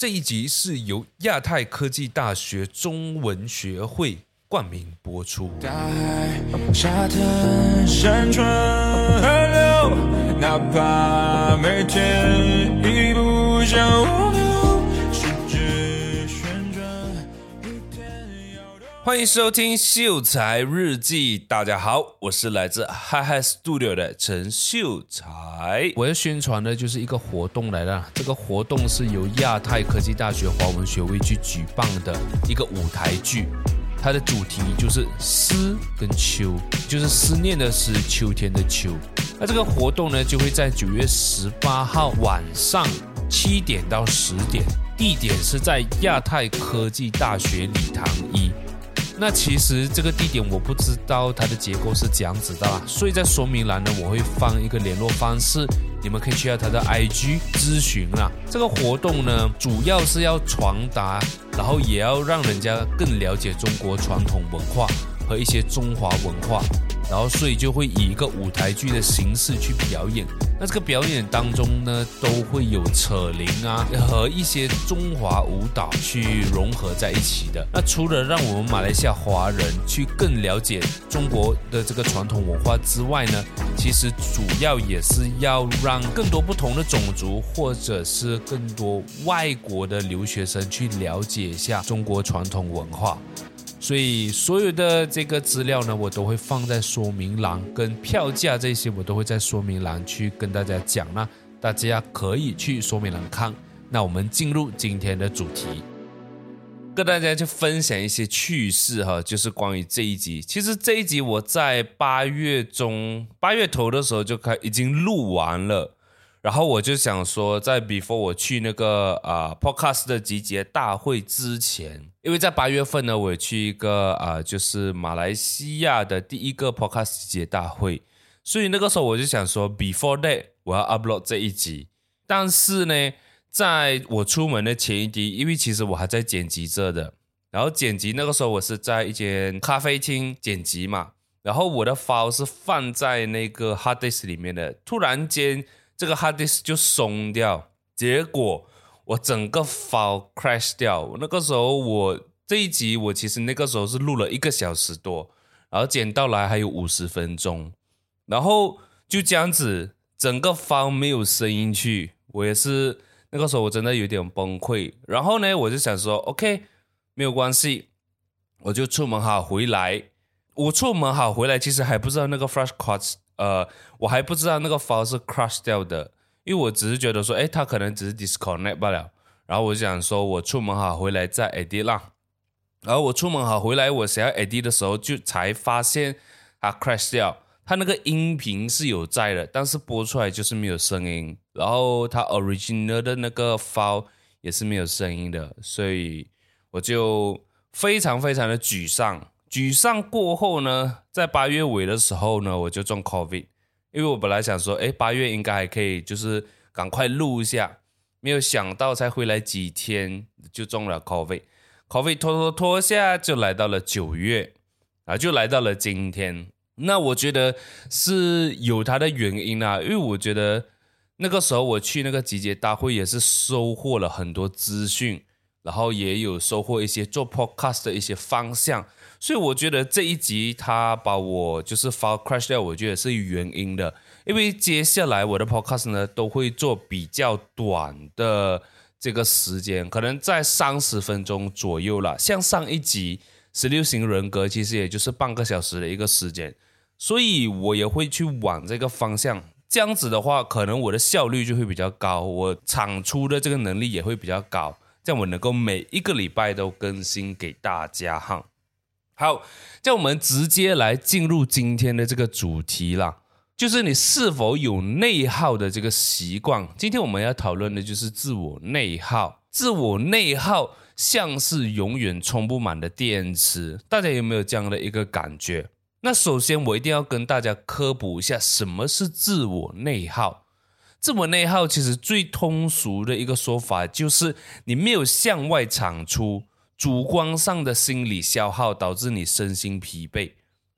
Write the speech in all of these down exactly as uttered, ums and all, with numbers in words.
这一集是由亚太科技大学中文学会冠名播出。 大海、沙滩、山川、河流，哪怕每天一不想忘忧，世界旋转，一天要多。 欢迎收听秀才日记，大家好，我是来自 Hi Hi Studio 的陈秀才。我要宣传的就是一个活动来了，这个活动是由亚太科技大学华文学会去举办的一个舞台剧。它的主题就是思跟秋，就是思念的思，秋天的秋。那这个活动呢，就会在九月十八号晚上七点到十点，地点是在亚太科技大学礼堂一。那其实这个地点我不知道它的结构是怎样子的啦，所以在说明栏呢，我会放一个联络方式，你们可以去到他的 I G 咨询啦。这个活动呢，主要是要传达，然后也要让人家更了解中国传统文化和一些中华文化，然后所以就会以一个舞台剧的形式去表演。那这个表演当中呢，都会有扯铃啊和一些中华舞蹈去融合在一起的。那除了让我们马来西亚华人去更了解中国的这个传统文化之外呢，其实主要也是要让更多不同的种族或者是更多外国的留学生去了解一下中国传统文化。所以所有的这个资料呢，我都会放在说明栏，跟票价这些我都会在说明栏去跟大家讲，那大家可以去说明栏看。那我们进入今天的主题，跟大家去分享一些趣事哈，就是关于这一集。其实这一集我在八月中、八月头的时候就开已经录完了。然后我就想说，在 before 我去那个啊、呃、podcast 的集结大会之前，因为在八月份呢，我去一个啊、呃、就是马来西亚的第一个 podcast 集结大会，所以那个时候我就想说 before that 我要 upload 这一集。但是呢，在我出门的前一天，因为其实我还在剪辑着的，然后剪辑那个时候我是在一间咖啡厅剪辑嘛，然后我的 file 是放在那个 hard disk 里面的，突然间这个 hard disk 就松掉，结果我整个 file crash 掉。那个时候我这一集我其实那个时候是录了一个小时多，然后剪到来还有五十分钟，然后就这样子整个 file 没有声音去，我也是那个时候我真的有点崩溃。然后呢，我就想说 OK 没有关系，我就出门好回来。我出门好回来其实还不知道那个 flash card呃，我还不知道那个 file 是 crash 掉的，因为我只是觉得说，诶，它可能只是 disconnect 罢了。然后我就想说，我出门好回来再 edit 啦。然后我出门好回来，我想要 edit 的时候，就才发现它 crash 掉。它那个音频是有在的，但是播出来就是没有声音。然后它 original 的那个 file 也是没有声音的，所以我就非常非常的沮丧。沮丧过后呢，在八月尾的时候呢，我就中 COVID， 因为我本来想说，诶，八月应该还可以，就是赶快录一下，没有想到才回来几天就中了 COVID，COVID 拖拖拖下就来到了九月，啊，就来到了今天。那我觉得是有它的原因啦，因为我觉得那个时候我去那个集结大会也是收获了很多资讯，然后也有收获一些做 podcast 的一些方向。所以我觉得这一集他把我就是 file crash 掉，我觉得是有原因的，因为接下来我的 podcast 呢都会做比较短的这个时间，可能在三十分钟左右啦。像上一集十六型人格其实也就是半个小时的一个时间，所以我也会去往这个方向。这样子的话，可能我的效率就会比较高，我产出的这个能力也会比较高，这样我能够每一个礼拜都更新给大家哈。好，这样我们直接来进入今天的这个主题啦，就是你是否有内耗的这个习惯。今天我们要讨论的就是自我内耗。自我内耗像是永远充不满的电池，大家有没有这样的一个感觉？那首先我一定要跟大家科普一下什么是自我内耗。自我内耗其实最通俗的一个说法就是你没有向外产出，主观上的心理消耗导致你身心疲惫，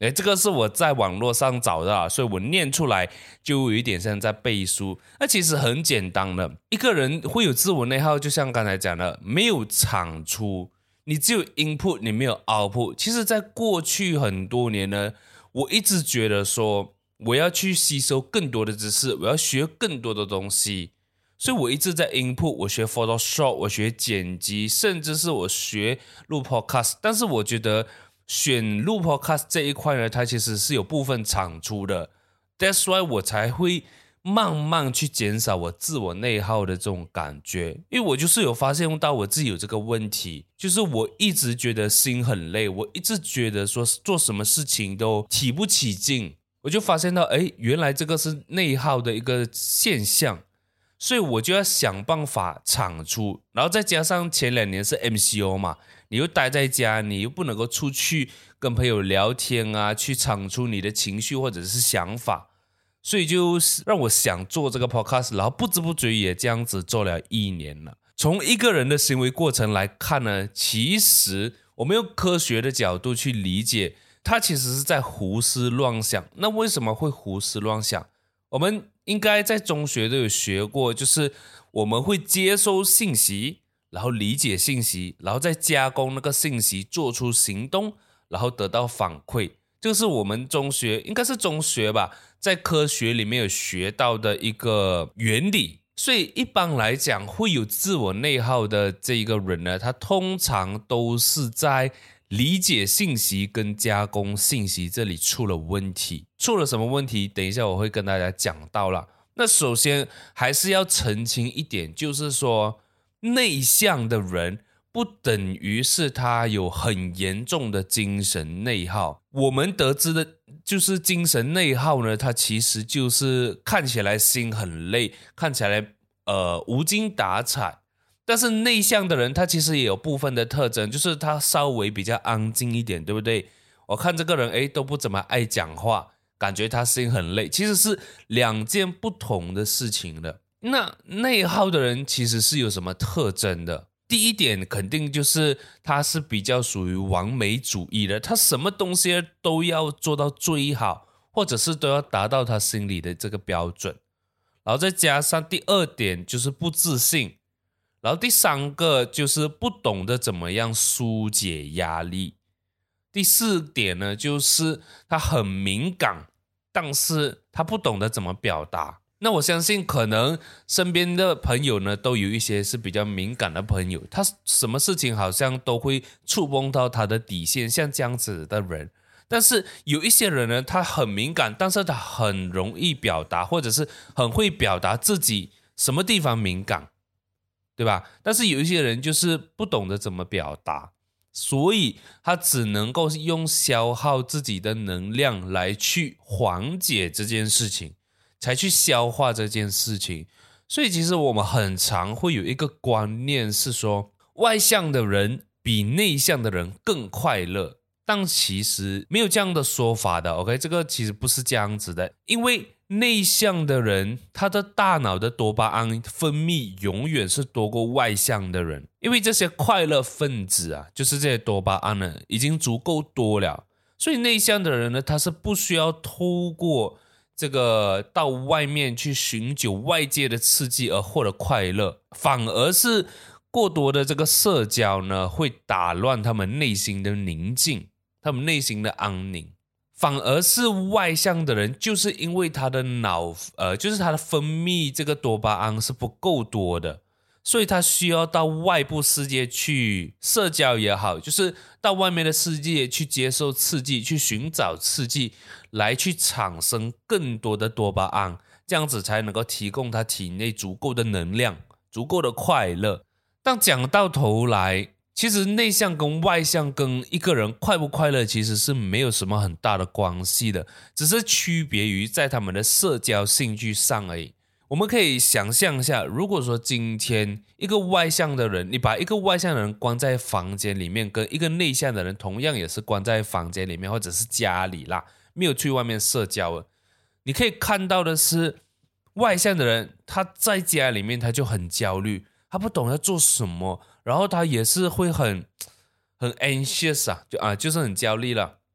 诶，这个是我在网络上找的啊，所以我念出来就有一点像在背书。那其实很简单的，一个人会有自我内耗，就像刚才讲的，没有产出，你只有 input， 你没有 output。其实在过去很多年呢，我一直觉得说我要去吸收更多的知识，我要学更多的东西，所以我一直在 input， 我学 Photoshop， 我学剪辑，甚至是我学录 podcast。但是我觉得选录 podcast 这一块呢，它其实是有部分产出的， that's why 我才会慢慢去减少我自我内耗的这种感觉。因为我就是有发现到我自己有这个问题，就是我一直觉得心很累，我一直觉得说做什么事情都提不起劲，我就发现到诶，原来这个是内耗的一个现象，所以我就要想办法产出。然后再加上前两年是 M C O 嘛，你又待在家，你又不能够出去跟朋友聊天啊，去产出你的情绪或者是想法，所以就让我想做这个 podcast， 然后不知不觉也这样子做了一年了。从一个人的行为过程来看呢，其实我们用科学的角度去理解，他其实是在胡思乱想。那为什么会胡思乱想？我们应该在中学都有学过，就是我们会接收信息，然后理解信息，然后再加工那个信息，做出行动，然后得到反馈。这个是我们中学，应该是中学吧，在科学里面有学到的一个原理。所以一般来讲，会有自我内耗的这一个人呢，他通常都是在理解信息跟加工信息这里出了问题。出了什么问题？等一下我会跟大家讲到啦。那首先还是要澄清一点，就是说内向的人不等于是他有很严重的精神内耗。我们得知的就是精神内耗呢，它其实就是看起来心很累，看起来呃无精打采。但是内向的人他其实也有部分的特征，就是他稍微比较安静一点，对不对？我看这个人诶都不怎么爱讲话，感觉他心很累，其实是两件不同的事情的。那内耗的人其实是有什么特征的？第一点肯定就是他是比较属于完美主义的，他什么东西都要做到最好，或者是都要达到他心里的这个标准。然后再加上第二点就是不自信，然后第三个就是不懂得怎么样疏解压力。第四点呢，就是他很敏感，但是他不懂得怎么表达。那我相信可能身边的朋友呢，都有一些是比较敏感的朋友，他什么事情好像都会触碰到他的底线，像这样子的人。但是有一些人呢，他很敏感，但是他很容易表达，或者是很会表达自己什么地方敏感，对吧？但是有一些人就是不懂得怎么表达，所以他只能够用消耗自己的能量来去缓解这件事情，才去消化这件事情。所以其实我们很常会有一个观念是说，外向的人比内向的人更快乐，但其实没有这样的说法的 OK， 这个其实不是这样子的。因为内向的人他的大脑的多巴胺分泌永远是多过外向的人，因为这些快乐分子啊，就是这些多巴胺呢已经足够多了，所以内向的人呢，他是不需要透过这个到外面去寻求外界的刺激而获得快乐，反而是过多的这个社交呢，会打乱他们内心的宁静，他们内心的安宁。反而是外向的人，就是因为他的脑呃，就是他的分泌这个多巴胺是不够多的，所以他需要到外部世界去社交也好，就是到外面的世界去接受刺激，去寻找刺激，来去产生更多的多巴胺，这样子才能够提供他体内足够的能量，足够的快乐。但讲到头来，其实内向跟外向跟一个人快不快乐其实是没有什么很大的关系的，只是区别于在他们的社交兴趣上而已。我们可以想象一下，如果说今天一个外向的人，你把一个外向的人关在房间里面，跟一个内向的人同样也是关在房间里面或者是家里啦，没有去外面社交了，你可以看到的是外向的人他在家里面他就很焦虑，他不懂要做什么，然后他也是会很很 anxious 啊，就啊就是很焦虑了。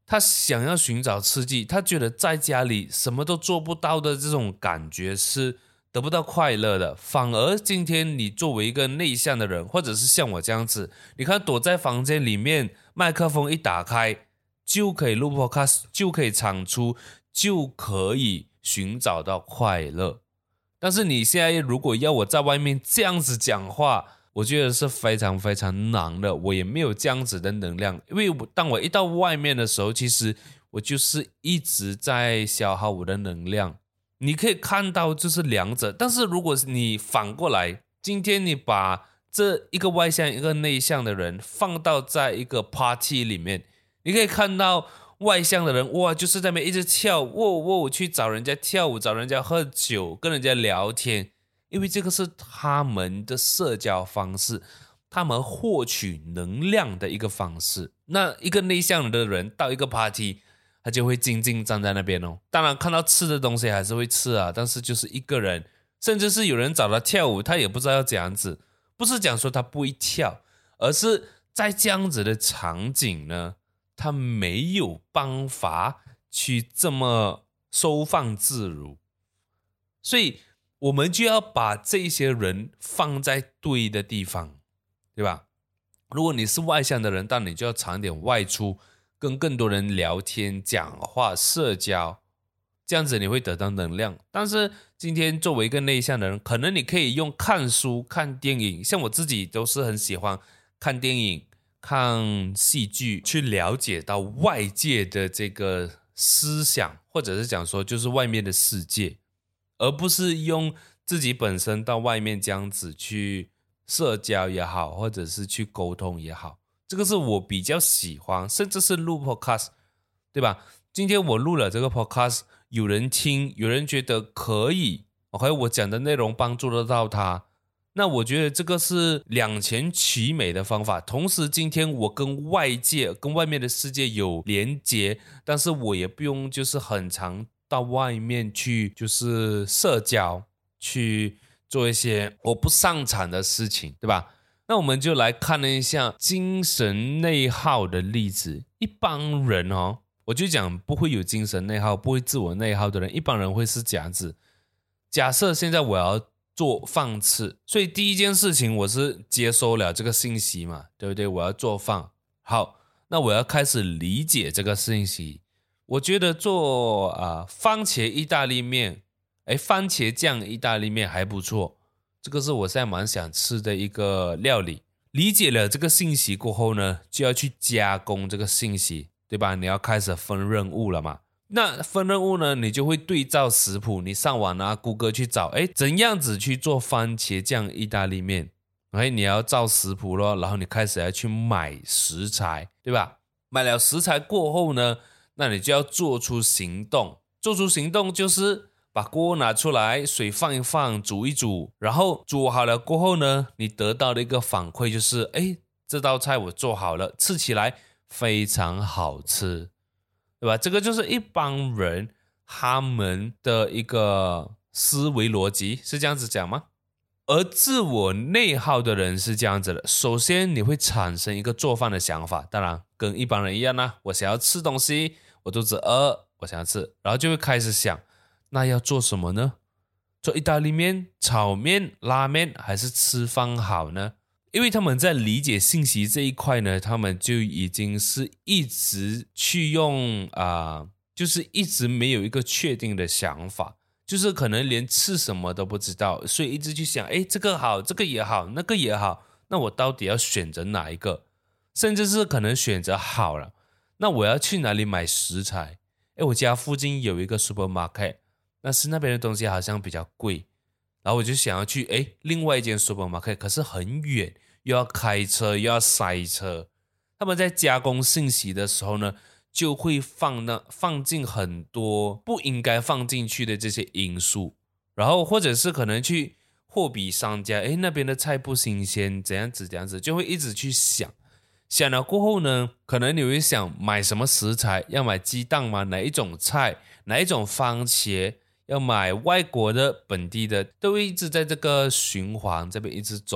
他想要寻找刺激，他觉得在家里什么都做不到的这种感觉是得不到快乐的。反而今天你作为一个内向的人，或者是像我这样子，你看躲在房间里面，麦克风一打开就可以录 podcast， 就可以产出，就可以寻找到快乐。但是你现在如果要我在外面这样子讲话，我觉得是非常非常难的，我也没有这样子的能量。因为当我一到外面的时候，其实我就是一直在消耗我的能量。你可以看到就是两者，但是如果你反过来，今天你把这一个外向一个内向的人放到在一个 party 里面，你可以看到外向的人哇，就是在那边一直跳，哇哇去找人家跳舞，找人家喝酒，跟人家聊天，因为这个是他们的社交方式，他们获取能量的一个方式。那一个内向的人到一个 party， 他就会静静站在那边哦。当然看到吃的东西还是会吃啊，但是就是一个人，甚至是有人找他跳舞，他也不知道要怎样子。不是讲说他不会跳，而是在这样子的场景呢，他没有办法去这么收放自如。所以我们就要把这些人放在对的地方，对吧？如果你是外向的人，但你就要常点外出，跟更多人聊天、讲话、社交，这样子你会得到能量。但是今天作为一个内向的人，可能你可以用看书、看电影，像我自己都是很喜欢看电影、看戏剧，去了解到外界的这个思想，或者是讲说就是外面的世界，而不是用自己本身到外面这样子去社交也好，或者是去沟通也好，这个是我比较喜欢。甚至是录 podcast， 对吧？今天我录了这个 podcast， 有人听，有人觉得可以 OK， 我讲的内容帮助得到他，那我觉得这个是两全其美的方法。同时今天我跟外界跟外面的世界有连接，但是我也不用就是很常到外面去就是社交，去做一些我不擅长的事情，对吧？那我们就来看一下精神内耗的例子。一般人哦，我就讲不会有精神内耗，不会自我内耗的人，一般人会是这样子。假设现在我要做饭吃，所以第一件事情我是接收了这个信息嘛，对不对？我要做饭，好，那我要开始理解这个信息。我觉得做啊、呃、番茄意大利面，哎，番茄酱意大利面还不错，这个是我现在蛮想吃的一个料理。理解了这个信息过后呢，就要去加工这个信息，对吧？你要开始分任务了嘛。那分任务呢，你就会对照食谱，你上网啊谷歌去找，哎，怎样子去做番茄酱意大利面，哎，你要照食谱咯，然后你开始要去买食材，对吧？买了食材过后呢，那你就要做出行动。做出行动就是把锅拿出来，水放一放，煮一煮，然后煮好了过后呢，你得到的一个反馈就是，哎，这道菜我做好了，吃起来非常好吃，对吧？这个就是一般人他们的一个思维逻辑，是这样子讲吗？而自我内耗的人是这样子的，首先你会产生一个做饭的想法，当然跟一般人一样啦，我想要吃东西，我肚子饿，我想要吃，然后就会开始想，那要做什么呢？做意大利面、炒面、拉面，还是吃饭好呢？因为他们在理解信息这一块呢，他们就已经是一直去用啊、呃，就是一直没有一个确定的想法，就是可能连吃什么都不知道，所以一直去想，诶，这个好，这个也好，那个也好，那我到底要选择哪一个？甚至是可能选择好了，那我要去哪里买食材？诶，我家附近有一个 supermarket， 但是那边的东西好像比较贵，然后我就想要去诶另外一间 supermarket， 可是很远，又要开车又要塞车。他们在加工信息的时候呢，就会放那放进很多不应该放进去的这些因素，然后或者是可能去货比商家，诶那边的菜不新鲜，怎样子怎样子，就会一直去想。想了过后呢，可能你会想买什么食材，要买鸡蛋吗？哪一种菜，哪一种番茄，要买外国的本地的，都会一直在这个循环这边一直走。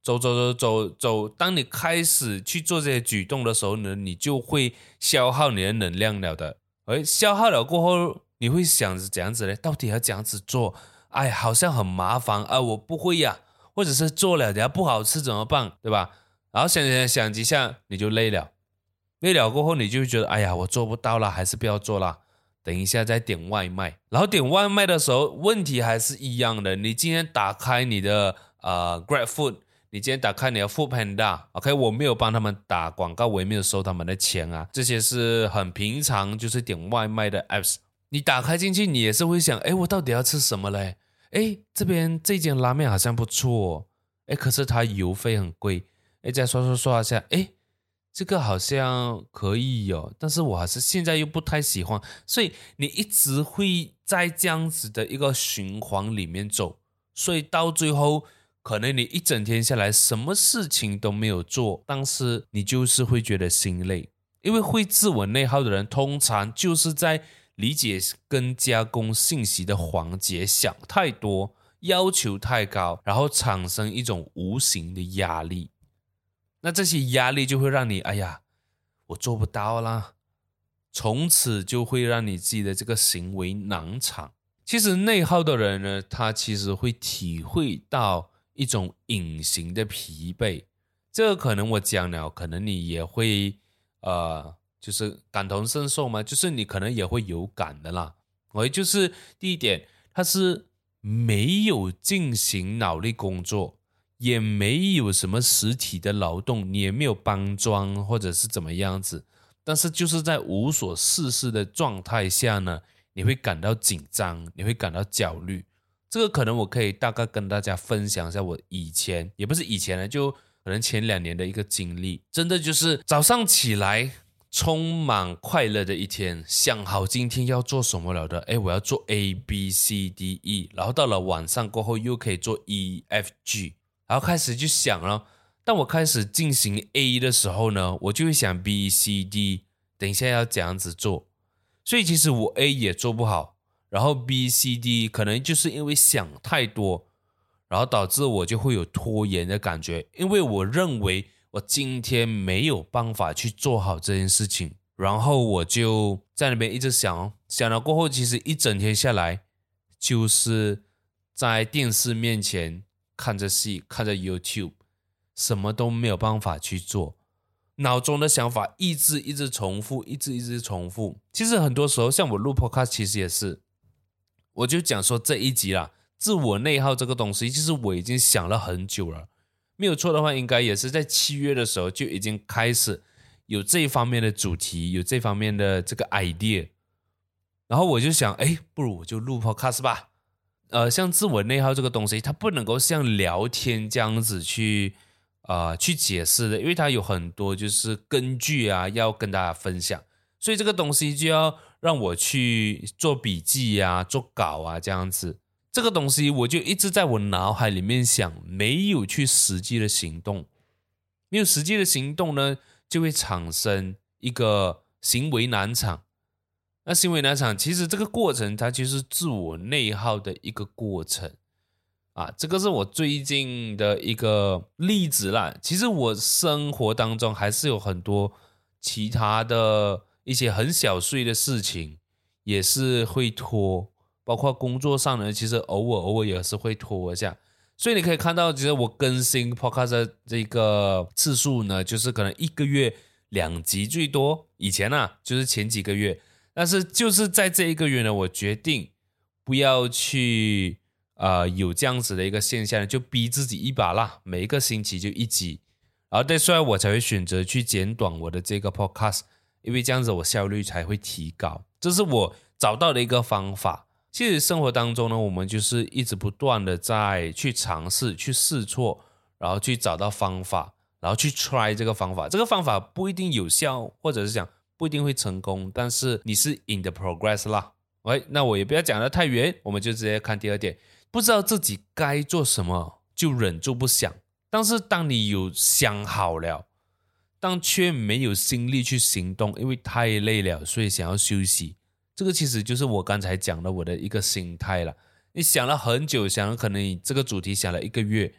走走走走走，当你开始去做这些举动的时候呢，你就会消耗你的能量了的。而消耗了过后，你会想着怎样子呢？到底要怎样子做？哎，好像很麻烦啊，我不会呀、啊，或者是做了等下不好吃怎么办？对吧？然后想想想几下，你就累了，累了过后，你就会觉得，哎呀，我做不到啦，还是不要做啦。等一下再点外卖，然后点外卖的时候，问题还是一样的。你今天打开你的呃 GrabFood， 你今天打开你的 Foodpanda，OK， 我没有帮他们打广告，我也没有收他们的钱啊，这些是很平常，就是点外卖的 apps。你打开进去，你也是会想，哎，我到底要吃什么嘞？哎，这边这间拉面好像不错哦，哎，可是它油费很贵，哎，再刷刷刷一下，哎。这个好像可以哦，但是我还是现在又不太喜欢，所以你一直会在这样子的一个循环里面走，所以到最后可能你一整天下来什么事情都没有做，但是你就是会觉得心累，因为会自我内耗的人通常就是在理解跟加工信息的环节想太多，要求太高，然后产生一种无形的压力。那这些压力就会让你，哎呀，我做不到啦，从此就会让你自己的这个行为难产。其实内耗的人呢，他其实会体会到一种隐形的疲惫，这个可能我讲了，可能你也会呃，就是感同身受嘛，就是你可能也会有感的啦。我就是第一点，他是没有进行脑力工作，也没有什么实体的劳动，你也没有搬砖或者是怎么样子，但是就是在无所事事的状态下呢，你会感到紧张，你会感到焦虑。这个可能我可以大概跟大家分享一下我以前，也不是以前了，就可能前两年的一个经历。真的就是早上起来充满快乐的一天，想好今天要做什么了的，诶，我要做 A B C D E， 然后到了晚上过后又可以做 E F G，然后开始就想了，当我开始进行 A 的时候呢，我就会想 B C D， 等一下要怎样子做。所以其实我 A 也做不好，然后 B C D 可能就是因为想太多，然后导致我就会有拖延的感觉，因为我认为我今天没有办法去做好这件事情，然后我就在那边一直想，想了过后，其实一整天下来就是在电视面前看着戏，看着 YouTube， 什么都没有办法去做，脑中的想法一直一直重复，一直一直重复。其实很多时候像我录 podcast 其实也是，我就讲说这一集啦，自我内耗这个东西，其实我已经想了很久了，没有错的话应该也是在七月的时候就已经开始有这方面的主题，有这方面的这个 idea， 然后我就想，哎，不如我就录 podcast 吧。呃，像自我内耗这个东西，它不能够像聊天这样子去呃去解释的，因为它有很多就是根据啊要跟大家分享，所以这个东西就要让我去做笔记啊，做稿啊这样子。这个东西我就一直在我脑海里面想，没有去实际的行动，没有实际的行动呢，就会产生一个行为难产。那行为难产，其实这个过程它就是自我内耗的一个过程啊，这个是我最近的一个例子啦。其实我生活当中还是有很多其他的一些很小碎的事情，也是会拖，包括工作上呢，其实偶尔偶尔也是会拖一下。所以你可以看到，其实我更新 podcast 的这个次数呢，就是可能一个月两集最多。以前啊，就是前几个月。但是就是在这一个月呢，我决定不要去呃有这样子的一个现象，就逼自己一把啦，每一个星期就一集，然后所以我才会选择去减短我的这个 podcast， 因为这样子我效率才会提高，这是我找到的一个方法。其实生活当中呢，我们就是一直不断的在去尝试，去试错，然后去找到方法，然后去 try 这个方法，这个方法不一定有效，或者是讲不一定会成功，但是你是 in the progress 啦。喂，那我也不要讲得太远，我们就直接看第二点。不知道自己该做什么，就忍住不想。但是当你有想好了，但却没有心力去行动，因为太累了，所以想要休息。这个其实就是我刚才讲的我的一个心态了。你想了很久，想了可能你这个主题想了一个月，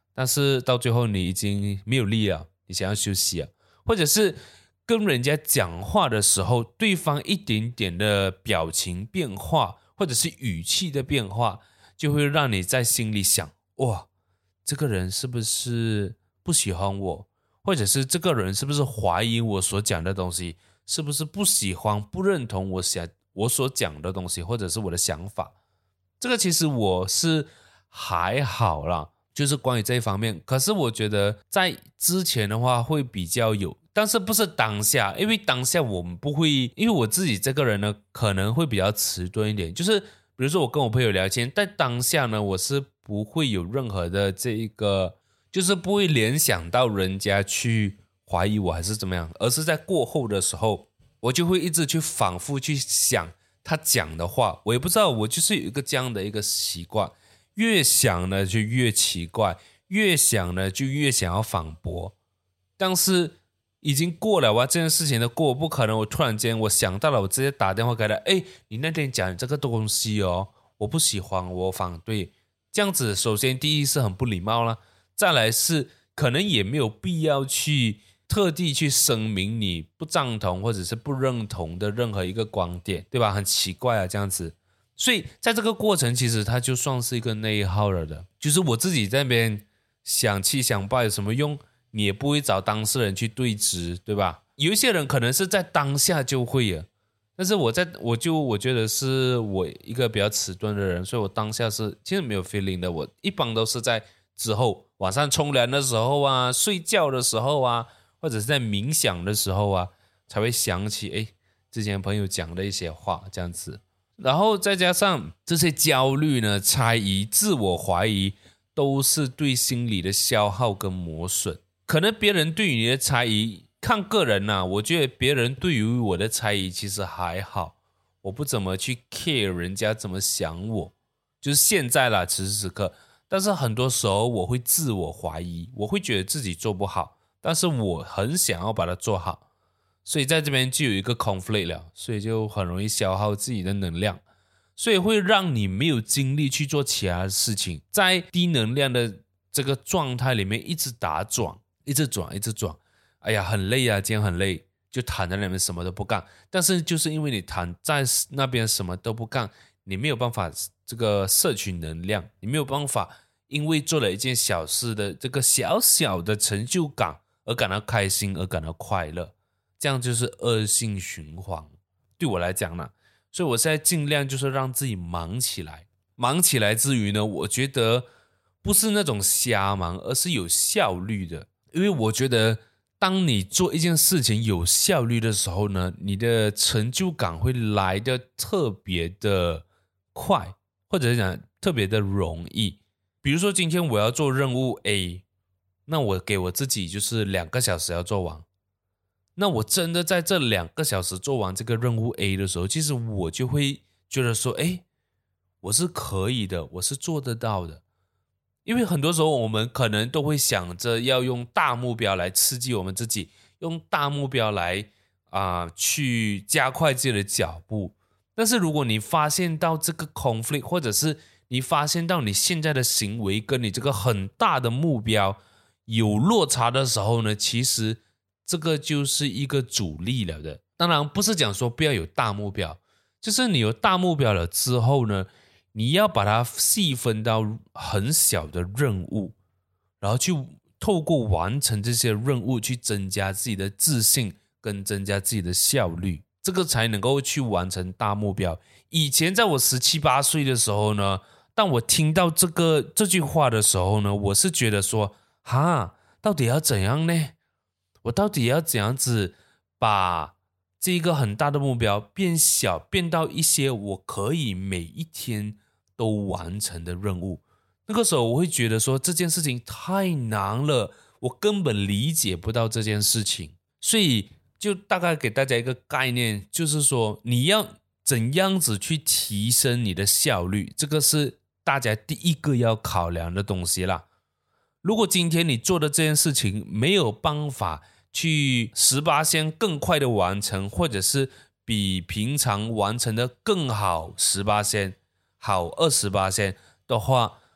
但是到最后你已经没有力了，你想要休息了，或者是跟人家讲话的时候，对方一点点的表情变化，或者是语气的变化，就会让你在心里想，哇，这个人是不是不喜欢我，或者是这个人是不是怀疑我所讲的东西，是不是不喜欢不认同我想我所讲的东西，或者是我的想法。这个其实我是还好啦，就是关于这一方面。可是我觉得在之前的话会比较有，但是不是当下，因为当下我们不会，因为我自己这个人呢可能会比较迟钝一点，就是比如说我跟我朋友聊天，在当下呢我是不会有任何的这一个，就是不会联想到人家去怀疑我还是怎么样，而是在过后的时候我就会一直去反复去想他讲的话，我也不知道，我就是有一个这样的一个习惯，越想呢就越奇怪，越想呢就越想要反驳，但是已经过了，我这件事情都过，不可能我突然间我想到了，我直接打电话给他，诶，你那天讲这个东西哦，我不喜欢，我反对，这样子首先第一是很不礼貌啦，再来是可能也没有必要去特地去声明你不赞同或者是不认同的任何一个观点，对吧？很奇怪啊，这样子。所以在这个过程其实它就算是一个内耗了的，就是我自己在那边想气想败有什么用，你也不会找当事人去对质，对吧？有一些人可能是在当下就会了，但是我在我就我觉得是我一个比较迟钝的人，所以我当下是其实没有 feeling 的，我一般都是在之后晚上冲凉的时候啊，睡觉的时候啊，或者是在冥想的时候啊，才会想起诶之前朋友讲的一些话这样子。然后再加上这些焦虑呢、猜疑、自我怀疑，都是对心理的消耗跟磨损。可能别人对于你的猜疑，看个人啊，我觉得别人对于我的猜疑其实还好，我不怎么去 care 人家怎么想我，就是现在啦，此时此刻。但是很多时候我会自我怀疑，我会觉得自己做不好，但是我很想要把它做好，所以在这边就有一个 conflict 了，所以就很容易消耗自己的能量，所以会让你没有精力去做其他的事情，在低能量的这个状态里面一直打转，一直转，一直转，哎呀很累啊，今天很累，就躺在那边什么都不干。但是就是因为你躺在那边什么都不干，你没有办法这个摄取能量，你没有办法因为做了一件小事的这个小小的成就感而感到开心，而感到快乐，这样就是恶性循环。对我来讲呢，所以我现在尽量就是让自己忙起来，忙起来之余呢，我觉得不是那种瞎忙，而是有效率的。因为我觉得当你做一件事情有效率的时候呢，你的成就感会来得特别的快，或者是讲特别的容易。比如说今天我要做任务 A， 那我给我自己就是两个小时要做完，那我真的在这两个小时做完这个任务 A 的时候，其实我就会觉得说，诶，我是可以的，我是做得到的。因为很多时候我们可能都会想着要用大目标来刺激我们自己，用大目标来啊、呃、去加快自己的脚步。但是如果你发现到这个 conflict， 或者是你发现到你现在的行为跟你这个很大的目标有落差的时候呢，其实这个就是一个阻力了的。当然不是讲说不要有大目标，就是你有大目标了之后呢，你要把它细分到很小的任务，然后去透过完成这些任务去增加自己的自信跟增加自己的效率，这个才能够去完成大目标。以前在我十七八岁的时候呢，当我听到这个这句话的时候呢，我是觉得说，哈，到底要怎样呢？我到底要怎样子把这个很大的目标变小，变到一些我可以每一天都完成的任务。那个时候我会觉得说这件事情太难了，我根本理解不到这件事情。所以就大概给大家一个概念，就是说你要怎样子去提升你的效率，这个是大家第一个要考量的东西啦。如果今天你做的这件事情没有办法去 百分之十 更快的完成，或者是比平常完成的更好 百分之十 好 百分之二十 的话，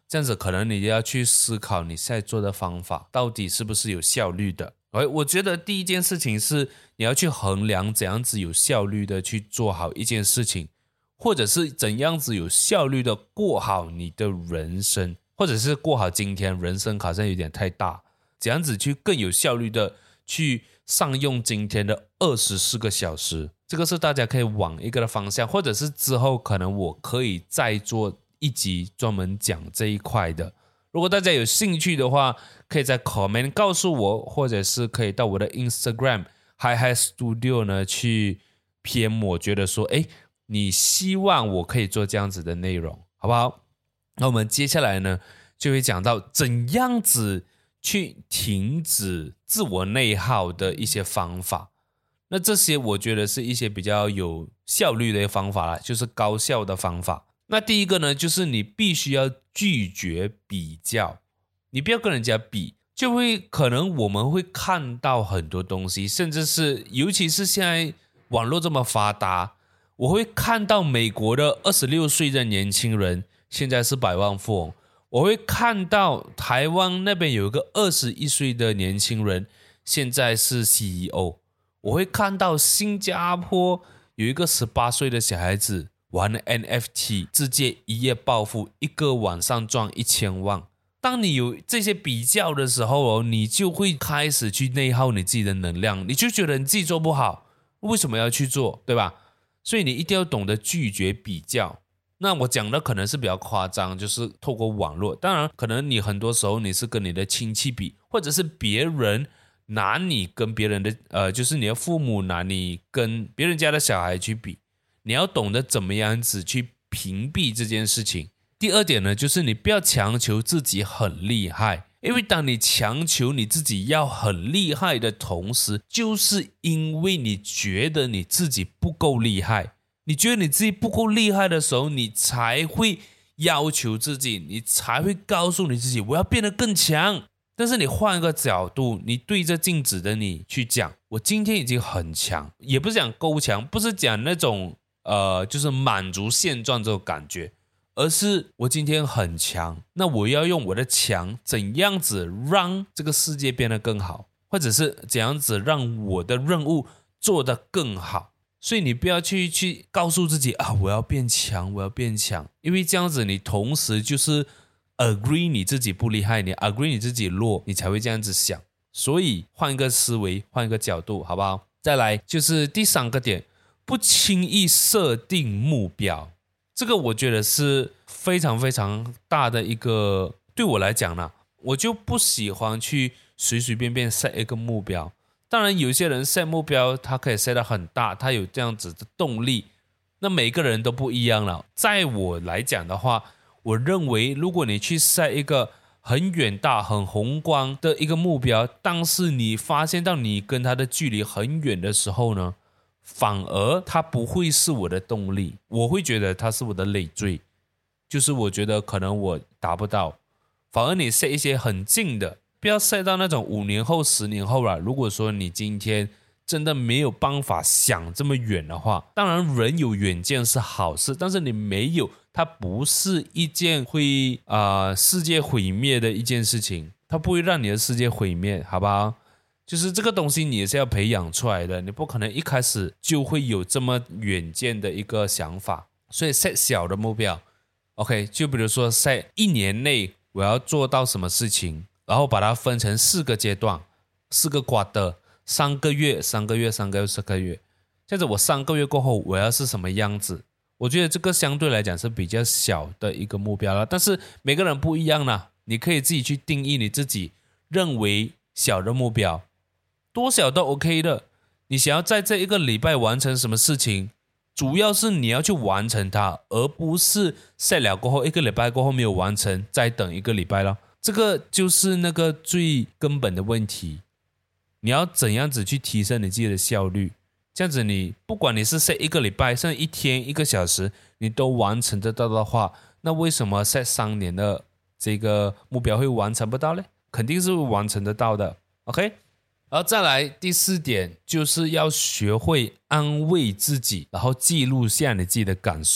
这样子可能你要去思考你现在做的方法到底是不是有效率的。我觉得第一件事情是你要去衡量怎样子有效率的去做好一件事情，或者是怎样子有效率的过好你的人生，或者是过好今天。人生好像有点太大，怎样子去更有效率的去上用今天的二十四个小时，这个是大家可以往一个的方向，或者是之后可能我可以再做一集专门讲这一块的。如果大家有兴趣的话，可以在 comment 告诉我，或者是可以到我的 Instagram Hi Hi Studio 呢去 P M 我，觉得说诶你希望我可以做这样子的内容，好不好？那我们接下来呢就会讲到怎样子去停止自我内耗的一些方法。那这些我觉得是一些比较有效率的方法啦，就是高效的方法。那第一个呢，就是你必须要拒绝比较，你不要跟人家比，就会可能我们会看到很多东西，甚至是尤其是现在网络这么发达，我会看到美国的二十六岁的年轻人现在是百万富翁，我会看到台湾那边有一个二十一岁的年轻人现在是 C E O， 我会看到新加坡有一个十八岁的小孩子玩 N F T， 直接一夜暴富，一个晚上赚一千万。当你有这些比较的时候，你就会开始去内耗你自己的能量，你就觉得你自己做不好，为什么要去做，对吧？所以你一定要懂得拒绝比较。那我讲的可能是比较夸张，就是透过网络，当然可能你很多时候你是跟你的亲戚比，或者是别人拿你跟别人的呃，就是你的父母拿你跟别人家的小孩去比，你要懂得怎么样子去屏蔽这件事情。第二点呢，就是你不要强求自己很厉害，因为当你强求你自己要很厉害的同时，就是因为你觉得你自己不够厉害，你觉得你自己不够厉害的时候，你才会要求自己，你才会告诉你自己我要变得更强。但是你换一个角度，你对着镜子的你去讲，我今天已经很强，也不是讲够强，不是讲那种呃，就是满足现状这种感觉，而是我今天很强，那我要用我的强怎样子让这个世界变得更好，或者是怎样子让我的任务做得更好。所以你不要去去告诉自己啊，我要变强，我要变强，因为这样子你同时就是 agree 你自己不厉害，你 agree 你自己弱，你才会这样子想。所以换一个思维，换一个角度，好不好？再来就是第三个点，不轻易设定目标。这个我觉得是非常非常大的一个，对我来讲呢，我就不喜欢去随随便便 set 一个目标。当然有些人 set 目标他可以 set 得很大，他有这样子的动力，那每个人都不一样了。在我来讲的话，我认为如果你去 set 一个很远大很宏观的一个目标，但是你发现到你跟他的距离很远的时候呢，反而它不会是我的动力，我会觉得它是我的累赘，就是我觉得可能我达不到。反而你 set 一些很近的，不要 set 到那种五年后十年后啦。如果说你今天真的没有办法想这么远的话，当然人有远见是好事，但是你没有，它不是一件会啊、呃、世界毁灭的一件事情，它不会让你的世界毁灭，好不好？就是这个东西你也是要培养出来的，你不可能一开始就会有这么远见的一个想法。所以 set 小的目标 OK， 就比如说 set 一年内我要做到什么事情，然后把它分成四个阶段，四个 quarter， 三个月三个月三个月四个月，这样子我三个月过后我要是什么样子，我觉得这个相对来讲是比较小的一个目标了。但是每个人不一样啦，你可以自己去定义你自己认为小的目标，多小都 OK 的。你想要在这一个礼拜完成什么事情，主要是你要去完成它，而不是 set 了过后一个礼拜过后没有完成再等一个礼拜了。这个就是那个最根本的问题。你要怎样子去提升你自己的效率，这样子你不管你是 set 一个礼拜甚至一天一个小时你都完成得到的话，那为什么 set 三年的这个目标会完成不到呢？肯定是会完成得到的。 OK，然后再来第四点，就是要学会安慰自己，然后记录下你自己的感受。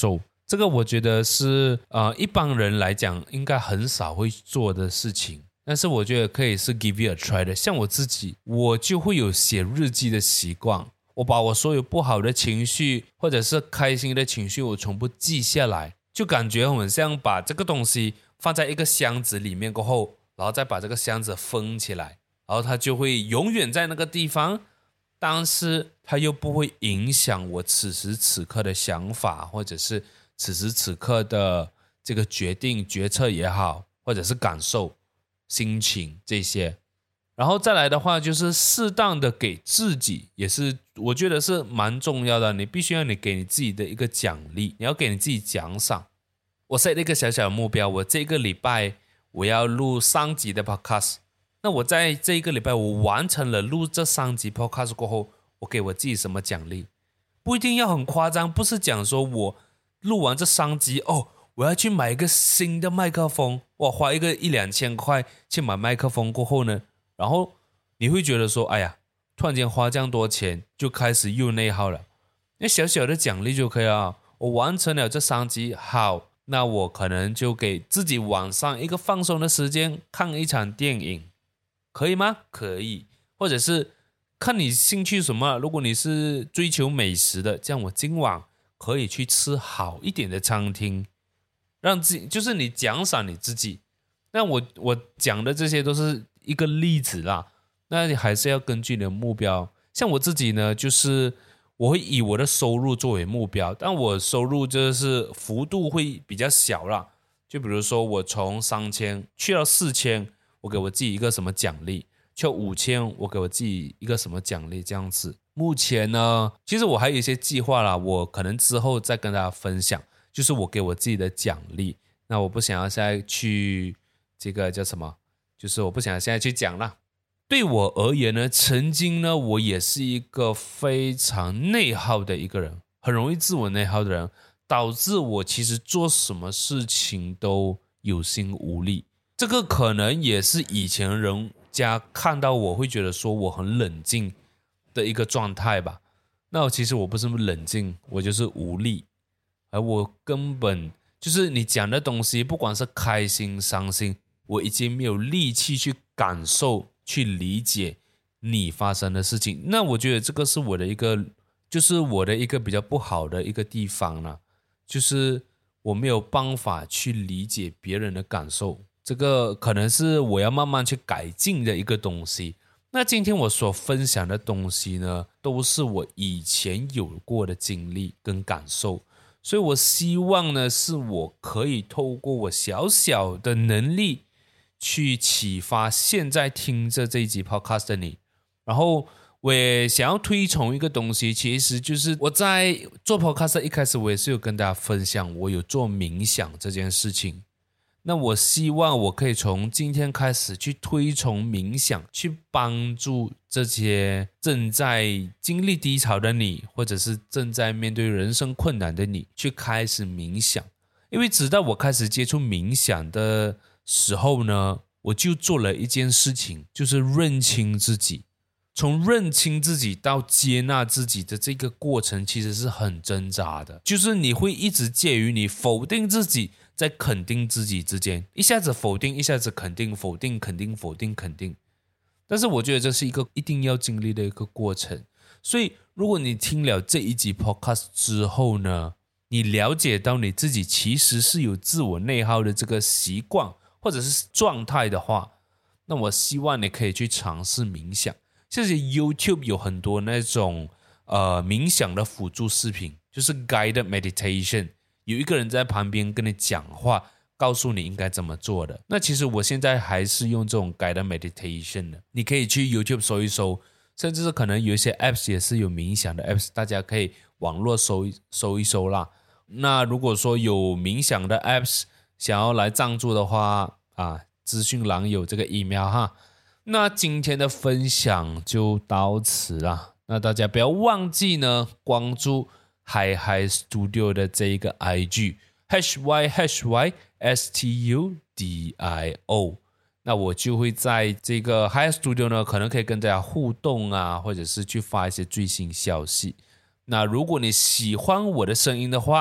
这个我觉得是呃一般人来讲应该很少会做的事情，但是我觉得可以是 give it a try 的。像我自己，我就会有写日记的习惯，我把我所有不好的情绪或者是开心的情绪我全部记下来，就感觉很像把这个东西放在一个箱子里面过后，然后再把这个箱子封起来，然后它就会永远在那个地方，但是它又不会影响我此时此刻的想法，或者是此时此刻的这个决定决策也好，或者是感受心情这些。然后再来的话就是适当的给自己，也是我觉得是蛮重要的，你必须要你给你自己的一个奖励，你要给你自己奖赏。我 set 了一个小小的目标，我这个礼拜我要录三集的 podcast， 那我在这一个礼拜我完成了录这三集 podcast 过后，我给我自己什么奖励？不一定要很夸张，不是讲说我录完这三集哦，我要去买一个新的麦克风，我花一个一两千块去买麦克风过后呢，然后你会觉得说，哎呀，突然间花这样多钱，就开始又内耗了。那小小的奖励就可以了，我完成了这三集，好，那我可能就给自己晚上一个放松的时间，看一场电影，可以吗？可以，或者是看你兴趣什么，如果你是追求美食的，这样我今晚可以去吃好一点的餐厅，让自己就是你奖赏你自己。那我我讲的这些都是一个例子啦，那你还是要根据你的目标。像我自己呢，就是我会以我的收入作为目标，但我收入就是幅度会比较小啦，就比如说我从三千去到四千，我给我自己一个什么奖励，去到五千我给我自己一个什么奖励，这样子。目前呢，其实我还有一些计划啦，我可能之后再跟大家分享，就是我给我自己的奖励。那我不想要现在去这个叫什么，就是我不想要现在去讲啦。对我而言呢，曾经呢，我也是一个非常内耗的一个人，很容易自我内耗的人，导致我其实做什么事情都有心无力。这个可能也是以前人家看到我会觉得说我很冷静的一个状态吧。那其实我不是冷静，我就是无力，而我根本就是你讲的东西，不管是开心伤心，我已经没有力气去感受去理解你发生的事情。那我觉得这个是我的一个就是我的一个比较不好的一个地方啦，就是我没有办法去理解别人的感受，这个可能是我要慢慢去改进的一个东西。那今天我所分享的东西呢，都是我以前有过的经历跟感受，所以我希望呢，是我可以透过我小小的能力去启发现在听着这一集 podcast 的你。然后我也想要推崇一个东西，其实就是我在做 podcast 一开始我也是有跟大家分享我有做冥想这件事情。那我希望我可以从今天开始去推崇冥想，去帮助这些正在经历低潮的你，或者是正在面对人生困难的你，去开始冥想。因为直到我开始接触冥想的时候呢，我就做了一件事情，就是认清自己。从认清自己到接纳自己的这个过程其实是很挣扎的，就是你会一直介于你否定自己在肯定自己之间，一下子否定，一下子肯定，否定肯定否定肯定。但是我觉得这是一个一定要经历的一个过程。所以如果你听了这一集 podcast 之后呢，你了解到你自己其实是有自我内耗的这个习惯或者是状态的话，那我希望你可以去尝试冥想。像是 YouTube 有很多那种呃冥想的辅助视频，就是 guided meditation， 有一个人在旁边跟你讲话，告诉你应该怎么做的。那其实我现在还是用这种 guided meditation 的，你可以去 YouTube 搜一搜，甚至是可能有一些 apps 也是有冥想的 apps， 大家可以网络搜一搜一搜啦。那如果说有冥想的 apps 想要来赞助的话啊，资讯栏有这个 email 哈。那今天的分享就到此啦，那大家不要忘记呢，关注 Hi Hi Studio 的这一个 I G H Y H Y S T U D I O， 那我就会在这个 Hi Hi Studio 呢，可能可以跟大家互动啊，或者是去发一些最新消息。那如果你喜欢我的声音的话，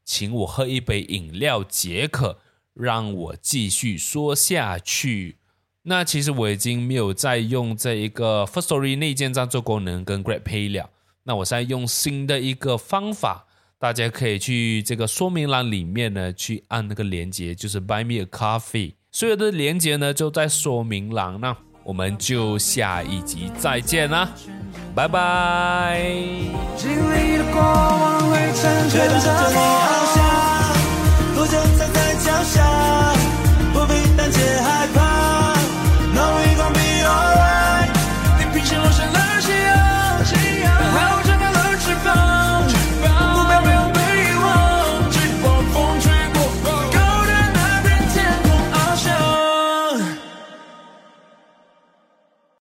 请我喝一杯饮料解渴，让我继续说下去。那其实我已经没有再用这一个 Firstory 内建赞助功能跟 GrabPay 了，那我现在用新的一个方法，大家可以去这个说明栏里面呢去按那个连结，就是 Buy Me a Coffee， 所有的连结呢就在说明栏，那我们就下一集再见啦，拜拜。经历的过往会成全着你翱翔